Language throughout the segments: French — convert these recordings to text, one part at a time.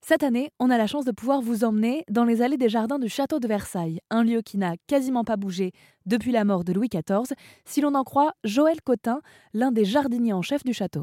Cette année, on a la chance de pouvoir vous emmener dans les allées des jardins du château de Versailles, un lieu qui n'a quasiment pas bougé depuis la mort de Louis XIV, si l'on en croit Joël Cotin, l'un des jardiniers en chef du château.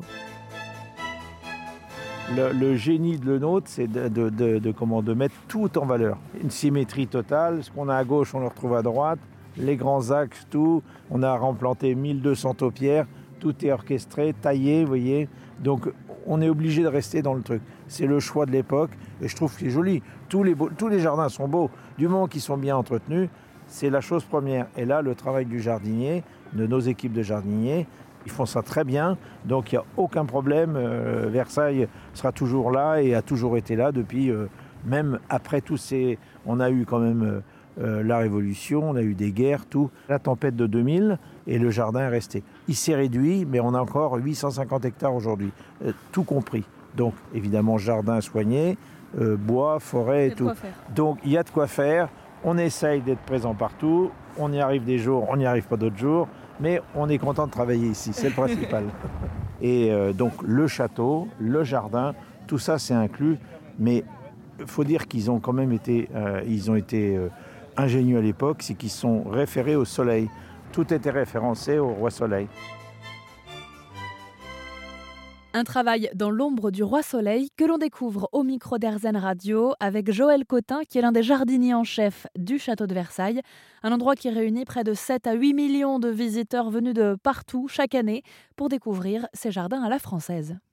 Le génie de le nôtre, c'est de mettre tout en valeur. Une symétrie totale, ce qu'on a à gauche, on le retrouve à droite, les grands axes, tout. On a remplanté 1200 taupières, tout est orchestré, taillé, vous voyez. Donc on est obligé de rester dans le truc. C'est le choix de l'époque et je trouve que c'est joli. Tous les jardins sont beaux, du moment qu'ils sont bien entretenus, c'est la chose première. Et là, le travail du jardinier, de nos équipes de jardiniers, ils font ça très bien, donc il n'y a aucun problème. Versailles sera toujours là et a toujours été là depuis, même après tous ces... On a eu quand même la Révolution, on a eu des guerres, tout. La tempête de 2000 et le jardin est resté. Il s'est réduit, mais on a encore 850 hectares aujourd'hui, tout compris. Donc évidemment, jardin soigné, bois, forêt et tout. Donc il y a de quoi faire. On essaye d'être présent partout. On y arrive des jours, on n'y arrive pas d'autres jours. Mais on est content de travailler ici, c'est le principal. Et donc le château, le jardin, tout ça c'est inclus. Mais il faut dire qu'ils ont quand même été, ingénieux à l'époque, c'est qu'ils sont référés au soleil. Tout était référencé au roi soleil. Un travail dans l'ombre du roi Soleil que l'on découvre au micro d'RZN Radio avec Joël Cotin, qui est l'un des jardiniers en chef du château de Versailles. Un endroit qui réunit près de 7 à 8 millions de visiteurs venus de partout chaque année pour découvrir ces jardins à la française.